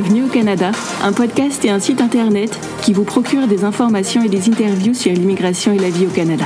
Bienvenue au Canada, un podcast et un site internet qui vous procure des informations et des interviews sur l'immigration et la vie au Canada.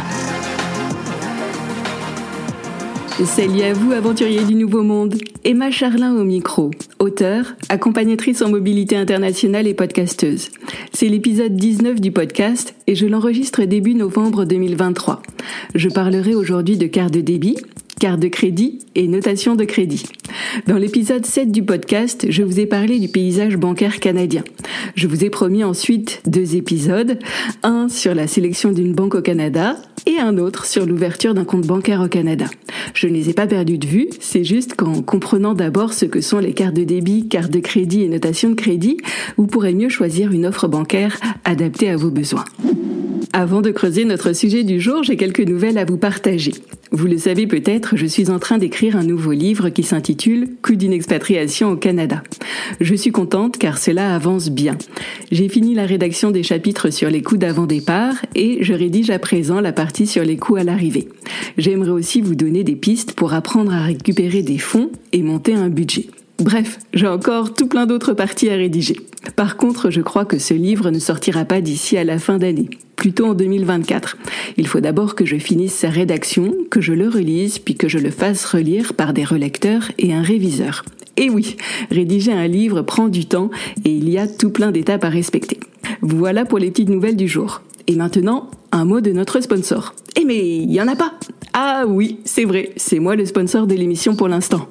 Salut à vous, aventuriers du Nouveau Monde. Emma Charlin au micro, auteure, accompagnatrice en mobilité internationale et podcasteuse. C'est l'épisode 19 du podcast et je l'enregistre début novembre 2023. Je parlerai aujourd'hui de carte de débit, carte de crédit et notation de crédit. Dans l'épisode 7 du podcast, je vous ai parlé du paysage bancaire canadien. Je vous ai promis ensuite 2 épisodes, un sur la sélection d'une banque au Canada et un autre sur l'ouverture d'un compte bancaire au Canada. Je ne les ai pas perdus de vue, c'est juste qu'en comprenant d'abord ce que sont les cartes de débit, cartes de crédit et notation de crédit, vous pourrez mieux choisir une offre bancaire adaptée à vos besoins. Avant de creuser notre sujet du jour, j'ai quelques nouvelles à vous partager. Vous le savez peut-être, je suis en train d'écrire un nouveau livre qui s'intitule « Coût d'une expatriation au Canada ». Je suis contente car cela avance bien. J'ai fini la rédaction des chapitres sur les coûts d'avant-départ et je rédige à présent la partie sur les coûts à l'arrivée. J'aimerais aussi vous donner des pistes pour apprendre à récupérer des fonds et monter un budget. Bref, j'ai encore tout plein d'autres parties à rédiger. Par contre, je crois que ce livre ne sortira pas d'ici à la fin d'année, plutôt en 2024. Il faut d'abord que je finisse sa rédaction, que je le relise, puis que je le fasse relire par des relecteurs et un réviseur. Et oui, rédiger un livre prend du temps et il y a tout plein d'étapes à respecter. Voilà pour les petites nouvelles du jour. Et maintenant, un mot de notre sponsor. Eh mais il y en a pas! Ah oui, c'est vrai, c'est moi le sponsor de l'émission pour l'instant.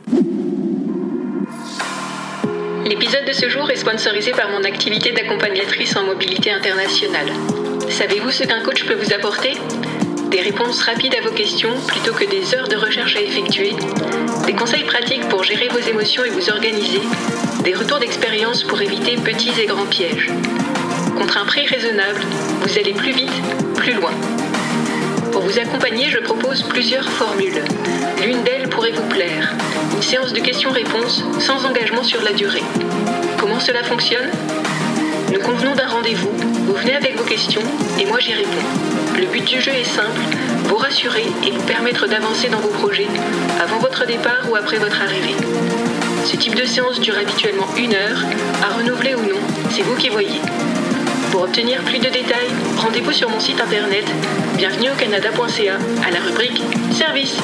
L'épisode de ce jour est sponsorisé par mon activité d'accompagnatrice en mobilité internationale. Savez-vous ce qu'un coach peut vous apporter ? Des réponses rapides à vos questions plutôt que des heures de recherche à effectuer, des conseils pratiques pour gérer vos émotions et vous organiser, des retours d'expérience pour éviter petits et grands pièges. Contre un prix raisonnable, vous allez plus vite, plus loin. Pour vous accompagner, je propose plusieurs formules. L'une d'elles pourrait vous plaire. Une séance de questions-réponses sans engagement sur la durée. Comment cela fonctionne ? Nous convenons d'un rendez-vous, vous venez avec vos questions et moi j'y réponds. Le but du jeu est simple, vous rassurer et vous permettre d'avancer dans vos projets avant votre départ ou après votre arrivée. Ce type de séance dure habituellement 1 heure, à renouveler ou non, c'est vous qui voyez. Pour obtenir plus de détails, rendez-vous sur mon site internet bienvenueaucanada.ca à la rubrique Service.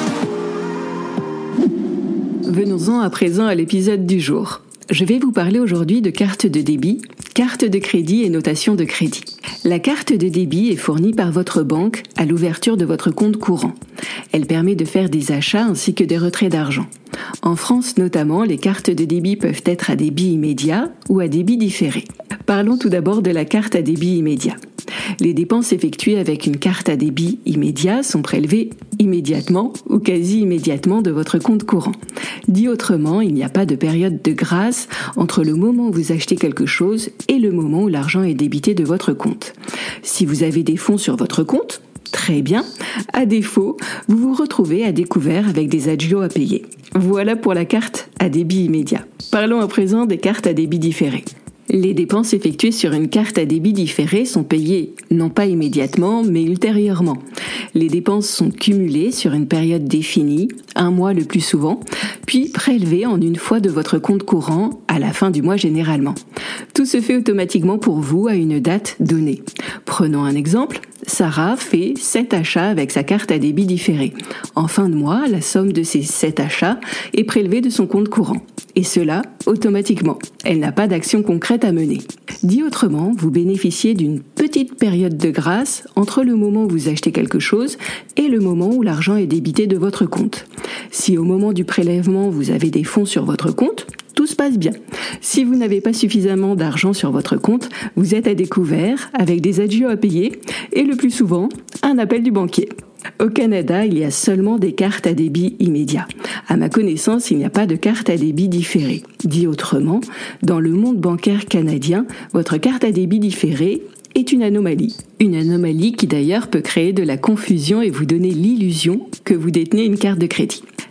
Venons-en à présent à l'épisode du jour. Je vais vous parler aujourd'hui de carte de débit, carte de crédit et notation de crédit. La carte de débit est fournie par votre banque à l'ouverture de votre compte courant. Elle permet de faire des achats ainsi que des retraits d'argent. En France notamment, les cartes de débit peuvent être à débit immédiat ou à débit différé. Parlons tout d'abord de la carte à débit immédiat. Les dépenses effectuées avec une carte à débit immédiat sont prélevées immédiatement ou quasi immédiatement de votre compte courant. Dit autrement, il n'y a pas de période de grâce entre le moment où vous achetez quelque chose et le moment où l'argent est débité de votre compte. Si vous avez des fonds sur votre compte, très bien. À défaut, vous vous retrouvez à découvert avec des agios à payer. Voilà pour la carte à débit immédiat. Parlons à présent des cartes à débit différé. Les dépenses effectuées sur une carte à débit différé sont payées non pas immédiatement, mais ultérieurement. Les dépenses sont cumulées sur une période définie, 1 mois le plus souvent, puis prélevées en une fois de votre compte courant à la fin du mois généralement. Tout se fait automatiquement pour vous à une date donnée. Prenons un exemple. Sarah fait 7 achats avec sa carte à débit différé. En fin de mois, la somme de ces 7 achats est prélevée de son compte courant. Et cela, automatiquement. Elle n'a pas d'action concrète à mener. Dit autrement, vous bénéficiez d'une petite période de grâce entre le moment où vous achetez quelque chose et le moment où l'argent est débité de votre compte. Si au moment du prélèvement, vous avez des fonds sur votre compte, tout se passe bien. Si vous n'avez pas suffisamment d'argent sur votre compte, vous êtes à découvert avec des agios à payer et le plus souvent, un appel du banquier. Au Canada, il y a seulement des cartes à débit immédiat. À ma connaissance, il n'y a pas de carte à débit différé. Dit autrement, dans le monde bancaire canadien, votre carte à débit différé est une anomalie. Une anomalie qui d'ailleurs peut créer de la confusion et vous donner l'illusion que vous détenez une carte de crédit.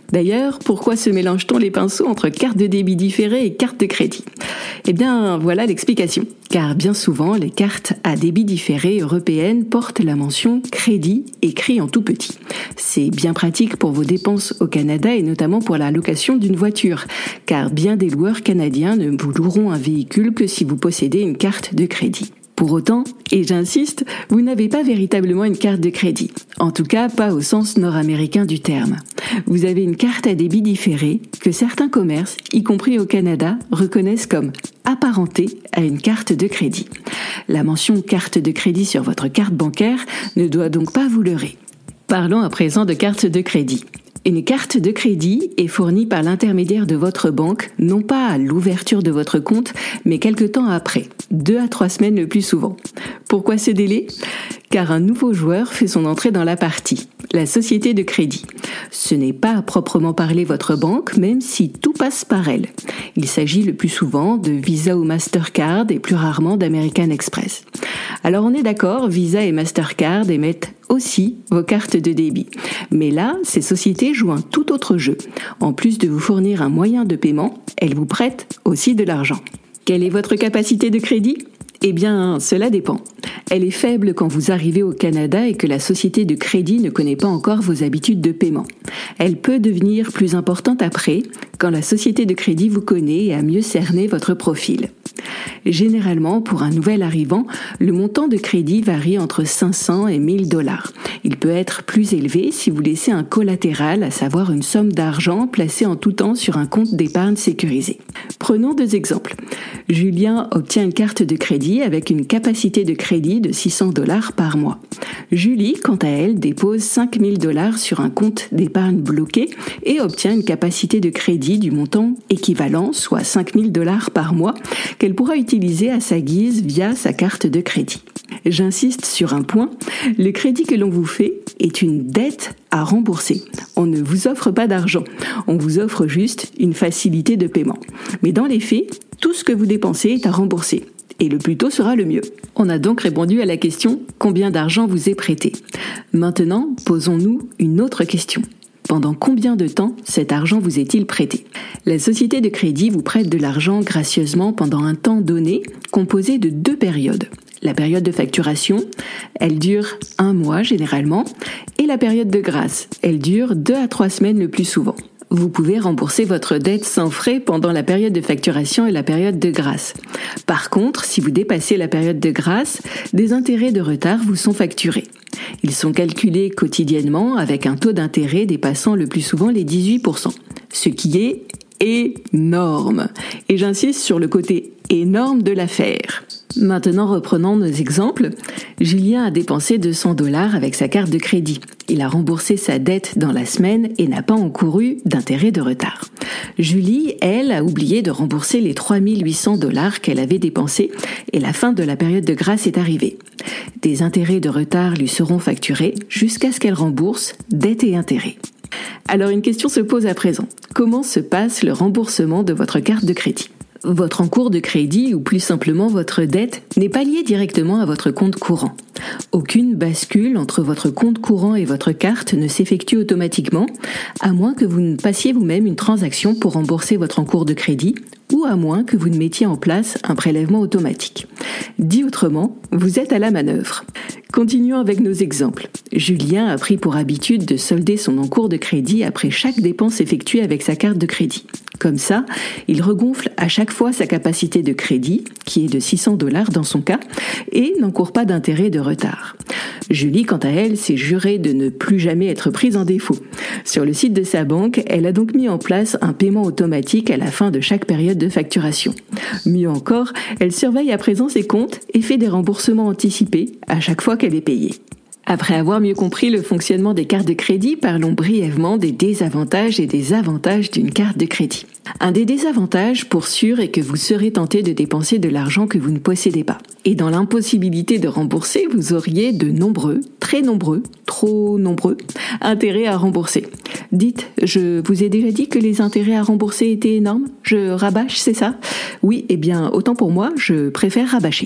D'ailleurs, pourquoi se mélange-t-on les pinceaux entre carte de débit différée et carte de crédit ? Eh bien, voilà l'explication. Car bien souvent, les cartes à débit différé européennes portent la mention « crédit » écrit en tout petit. C'est bien pratique pour vos dépenses au Canada et notamment pour la location d'une voiture, car bien des loueurs canadiens ne vous loueront un véhicule que si vous possédez une carte de crédit. Pour autant, et j'insiste, vous n'avez pas véritablement une carte de crédit. En tout cas, pas au sens nord-américain du terme. Vous avez une carte à débit différé que certains commerces, y compris au Canada, reconnaissent comme apparentée à une carte de crédit. La mention carte de crédit sur votre carte bancaire ne doit donc pas vous leurrer. Parlons à présent de carte de crédit. Une carte de crédit est fournie par l'intermédiaire de votre banque, non pas à l'ouverture de votre compte, mais quelque temps après, 2 à 3 semaines le plus souvent. Pourquoi ce délai ? Car un nouveau joueur fait son entrée dans la partie, la société de crédit. Ce n'est pas à proprement parler votre banque, même si tout passe par elle. Il s'agit le plus souvent de Visa ou Mastercard et plus rarement d'American Express. Alors on est d'accord, Visa et Mastercard émettent aussi vos cartes de débit. Mais là, ces sociétés jouent un tout autre jeu. En plus de vous fournir un moyen de paiement, elles vous prêtent aussi de l'argent. Quelle est votre capacité de crédit ? Eh bien, cela dépend. Elle est faible quand vous arrivez au Canada et que la société de crédit ne connaît pas encore vos habitudes de paiement. Elle peut devenir plus importante après, quand la société de crédit vous connaît et a mieux cerné votre profil. Généralement, pour un nouvel arrivant, le montant de crédit varie entre 500 et 1000 $. Il peut être plus élevé si vous laissez un collatéral, à savoir une somme d'argent placée en tout temps sur un compte d'épargne sécurisé. Prenons 2 exemples. Julien obtient une carte de crédit avec une capacité de crédit de 600 $ par mois. Julie, quant à elle, dépose 5000 $ sur un compte d'épargne bloqué et obtient une capacité de crédit du montant équivalent, soit 5000 $ par mois, qu'elle pourra utiliser à sa guise via sa carte de crédit. J'insiste sur un point, le crédit que l'on vous fait est une dette à rembourser. On ne vous offre pas d'argent, on vous offre juste une facilité de paiement. Mais dans les faits, tout ce que vous dépensez est à rembourser. Et le plus tôt sera le mieux. On a donc répondu à la question « Combien d'argent vous est prêté ?» Maintenant, posons-nous une autre question. Pendant combien de temps cet argent vous est-il prêté ? La société de crédit vous prête de l'argent gracieusement pendant un temps donné, composé de 2 périodes. La période de facturation, elle dure 1 mois généralement, et la période de grâce, elle dure 2 à 3 semaines le plus souvent. Vous pouvez rembourser votre dette sans frais pendant la période de facturation et la période de grâce. Par contre, si vous dépassez la période de grâce, des intérêts de retard vous sont facturés. Ils sont calculés quotidiennement avec un taux d'intérêt dépassant le plus souvent les 18%, ce qui est énorme. Et j'insiste sur le côté énorme de l'affaire. Maintenant, reprenons nos exemples. Julien a dépensé 200 $ avec sa carte de crédit. Il a remboursé sa dette dans la semaine et n'a pas encouru d'intérêt de retard. Julie, elle, a oublié de rembourser les 3800 $ qu'elle avait dépensés et la fin de la période de grâce est arrivée. Des intérêts de retard lui seront facturés jusqu'à ce qu'elle rembourse dette et intérêts. Alors une question se pose à présent. Comment se passe le remboursement de votre carte de crédit ? Votre encours de crédit, ou plus simplement votre dette, n'est pas lié directement à votre compte courant. Aucune bascule entre votre compte courant et votre carte ne s'effectue automatiquement, à moins que vous ne passiez vous-même une transaction pour rembourser votre encours de crédit, ou à moins que vous ne mettiez en place un prélèvement automatique. Dit autrement, vous êtes à la manœuvre. Continuons avec nos exemples. Julien a pris pour habitude de solder son encours de crédit après chaque dépense effectuée avec sa carte de crédit. Comme ça, il regonfle à chaque fois sa capacité de crédit, qui est de 600 $ dans son cas, et n'encourt pas d'intérêt de retard. Julie, quant à elle, s'est jurée de ne plus jamais être prise en défaut. Sur le site de sa banque, elle a donc mis en place un paiement automatique à la fin de chaque période de facturation. Mieux encore, elle surveille à présent ses comptes et fait des remboursements anticipés à chaque fois qu'elle est payée. Après avoir mieux compris le fonctionnement des cartes de crédit, parlons brièvement des désavantages et des avantages d'une carte de crédit. Un des désavantages, pour sûr, est que vous serez tenté de dépenser de l'argent que vous ne possédez pas. Et dans l'impossibilité de rembourser, vous auriez de nombreux, très nombreux, trop nombreux, intérêts à rembourser. Dites, je vous ai déjà dit que les intérêts à rembourser étaient énormes ? Je rabâche, c'est ça ? Oui, eh bien, autant pour moi, je préfère rabâcher.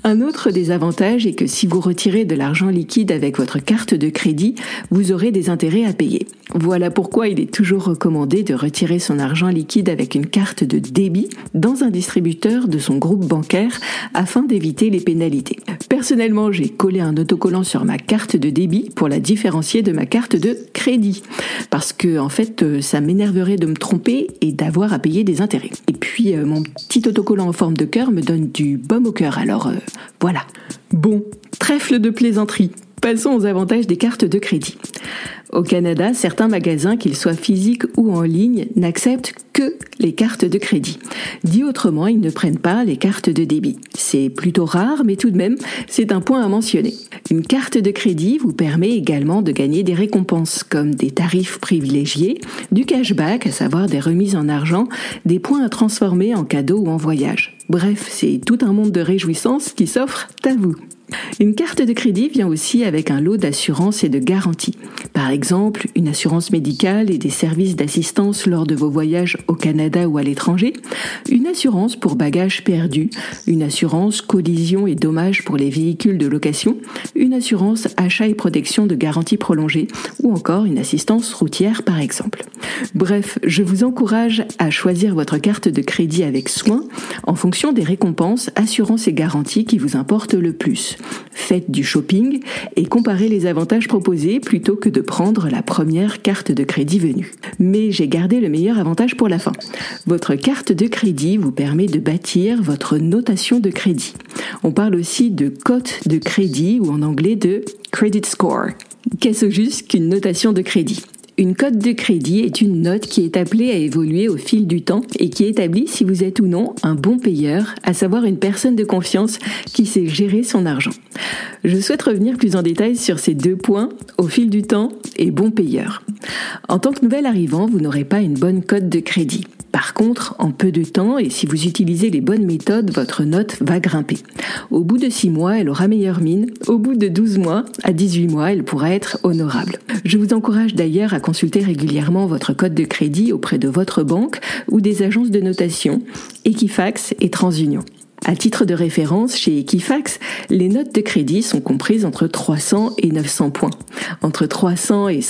Un autre désavantage est que si vous retirez de l'argent liquide avec votre carte de crédit, vous aurez des intérêts à payer. Voilà pourquoi il est toujours recommandé de retirer son argent liquide avec une carte de débit dans un distributeur de son groupe bancaire afin d'éviter les pénalités. Personnellement, j'ai collé un autocollant sur ma carte de débit pour la différencier de ma carte de crédit. Parce que, en fait, ça m'énerverait de me tromper et d'avoir à payer des intérêts. Et puis, mon petit autocollant en forme de cœur me donne du baume au cœur, alors voilà. Bon, trêve de plaisanterie. Passons aux avantages des cartes de crédit. Au Canada, certains magasins, qu'ils soient physiques ou en ligne, n'acceptent que les cartes de crédit. Dit autrement, ils ne prennent pas les cartes de débit. C'est plutôt rare, mais tout de même, c'est un point à mentionner. Une carte de crédit vous permet également de gagner des récompenses, comme des tarifs privilégiés, du cashback, à savoir des remises en argent, des points à transformer en cadeaux ou en voyage. Bref, c'est tout un monde de réjouissances qui s'offre à vous. Une carte de crédit vient aussi avec un lot d'assurance et de garantie. Par exemple, une assurance médicale et des services d'assistance lors de vos voyages au Canada ou à l'étranger, une assurance pour bagages perdus, une assurance collision et dommages pour les véhicules de location, une assurance achat et protection de garantie prolongée ou encore une assistance routière par exemple. Bref, je vous encourage à choisir votre carte de crédit avec soin en fonction des récompenses, assurances et garanties qui vous importent le plus. Faites du shopping et comparez les avantages proposés plutôt que de prendre la première carte de crédit venue. Mais j'ai gardé le meilleur avantage pour la fin. Votre carte de crédit vous permet de bâtir votre notation de crédit. On parle aussi de cote de crédit ou en anglais de credit score. Qu'est-ce juste qu'une notation de crédit ? Une cote de crédit est une note qui est appelée à évoluer au fil du temps et qui établit si vous êtes ou non un bon payeur, à savoir une personne de confiance qui sait gérer son argent. Je souhaite revenir plus en détail sur ces deux points, au fil du temps et bon payeur. En tant que nouvel arrivant, vous n'aurez pas une bonne cote de crédit. Par contre, en peu de temps et si vous utilisez les bonnes méthodes, votre note va grimper. Au bout de 6 mois, elle aura meilleure mine. Au bout de 12 mois, à 18 mois, elle pourra être honorable. Je vous encourage d'ailleurs à consulter régulièrement votre code de crédit auprès de votre banque ou des agences de notation, Equifax et TransUnion. À titre de référence, chez Equifax, les notes de crédit sont comprises entre 300 et 900 points. Entre 300 et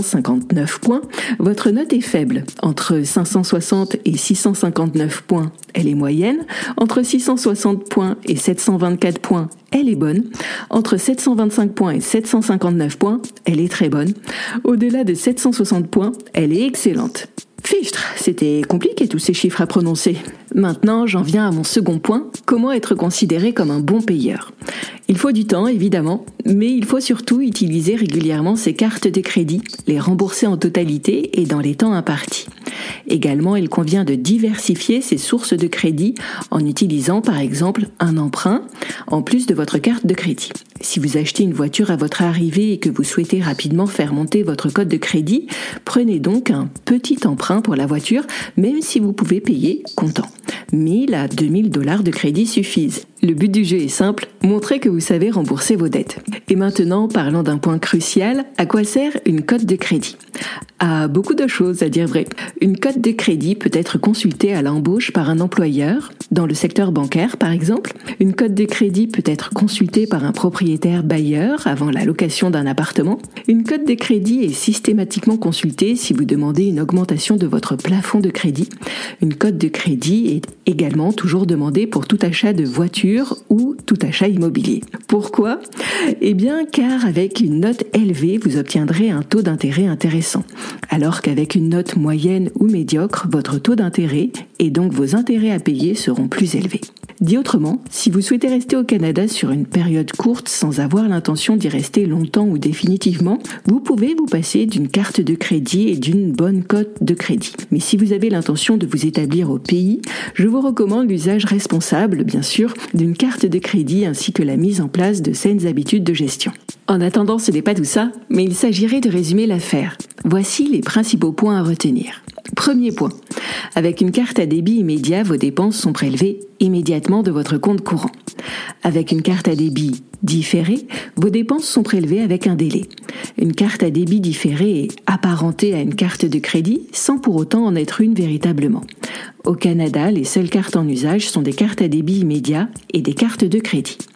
559 points, votre note est faible. Entre 560 et 659 points, elle est moyenne. Entre 660 points et 724 points, elle est bonne. Entre 725 points et 759 points, elle est très bonne. Au-delà de 760 points, elle est excellente. Fichtre, c'était compliqué tous ces chiffres à prononcer. Maintenant, j'en viens à mon second point, comment être considéré comme un bon payeur. Il faut du temps, évidemment, mais il faut surtout utiliser régulièrement ces cartes de crédit, les rembourser en totalité et dans les temps impartis. Également, il convient de diversifier ses sources de crédit en utilisant par exemple un emprunt en plus de votre carte de crédit. Si vous achetez une voiture à votre arrivée et que vous souhaitez rapidement faire monter votre code de crédit, prenez donc un petit emprunt pour la voiture, même si vous pouvez payer comptant. 1 000 à 2 000 $ de crédit suffisent. Le but du jeu est simple, montrer que vous savez rembourser vos dettes. Et maintenant, parlons d'un point crucial, à quoi sert une cote de crédit ? À beaucoup de choses, à dire vrai. Une cote de crédit peut être consultée à l'embauche par un employeur, dans le secteur bancaire par exemple. Une cote de crédit peut être consultée par un propriétaire bailleur avant la location d'un appartement. Une cote de crédit est systématiquement consultée si vous demandez une augmentation de votre plafond de crédit. Une cote de crédit est également toujours demandée pour tout achat de voiture ou tout achat immobilier. Pourquoi ? Eh bien, car avec une note élevée, vous obtiendrez un taux d'intérêt intéressant. Alors qu'avec une note moyenne ou médiocre, votre taux d'intérêt et donc vos intérêts à payer seront plus élevés. Dit autrement, si vous souhaitez rester au Canada sur une période courte sans avoir l'intention d'y rester longtemps ou définitivement, vous pouvez vous passer d'une carte de crédit et d'une bonne cote de crédit. Mais si vous avez l'intention de vous établir au pays, je vous recommande l'usage responsable, bien sûr, d'une carte de crédit ainsi que la mise en place de saines habitudes de gestion. En attendant, ce n'est pas tout ça, mais il s'agirait de résumer l'affaire. Voici les principaux points à retenir. Premier point. Avec une carte à débit immédiat, vos dépenses sont prélevées immédiatement de votre compte courant. Avec une carte à débit différée, vos dépenses sont prélevées avec un délai. Une carte à débit différée est apparentée à une carte de crédit sans pour autant en être une véritablement. Au Canada, les seules cartes en usage sont des cartes à débit immédiat et des cartes de crédit.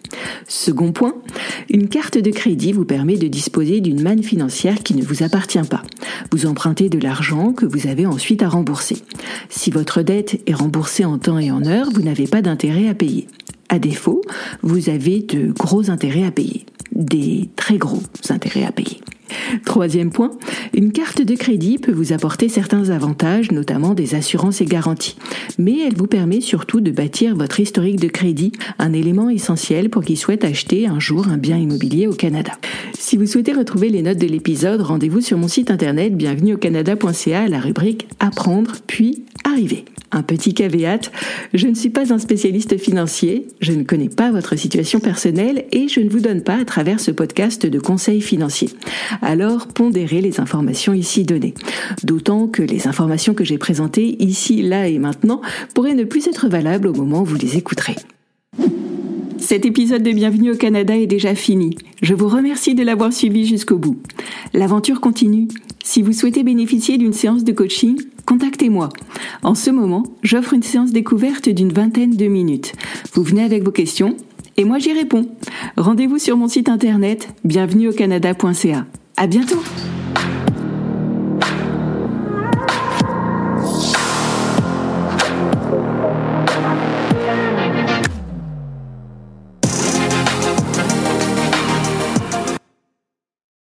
Second point, une carte de crédit vous permet de disposer d'une manne financière qui ne vous appartient pas. Vous empruntez de l'argent que vous avez ensuite à rembourser. Si votre dette est remboursée en temps et en heure, vous n'avez pas d'intérêt à payer. À défaut, vous avez de gros intérêts à payer. Des très gros intérêts à payer. Troisième point, une carte de crédit peut vous apporter certains avantages, notamment des assurances et garanties. Mais elle vous permet surtout de bâtir votre historique de crédit, un élément essentiel pour qui souhaite acheter un jour un bien immobilier au Canada. Si vous souhaitez retrouver les notes de l'épisode, rendez-vous sur mon site internet bienvenueaucanada.ca à la rubrique « Apprendre puis arriver ». Un petit caveat, je ne suis pas un spécialiste financier, je ne connais pas votre situation personnelle et je ne vous donne pas à travers ce podcast de conseils financiers. Alors, pondérez les informations ici données. D'autant que les informations que j'ai présentées ici, là et maintenant pourraient ne plus être valables au moment où vous les écouterez. Cet épisode de Bienvenue au Canada est déjà fini. Je vous remercie de l'avoir suivi jusqu'au bout. L'aventure continue. Si vous souhaitez bénéficier d'une séance de coaching, contactez-moi. En ce moment, j'offre une séance découverte d'une 20aine de minutes. Vous venez avec vos questions et moi j'y réponds. Rendez-vous sur mon site internet bienvenueaucanada.ca. À bientôt!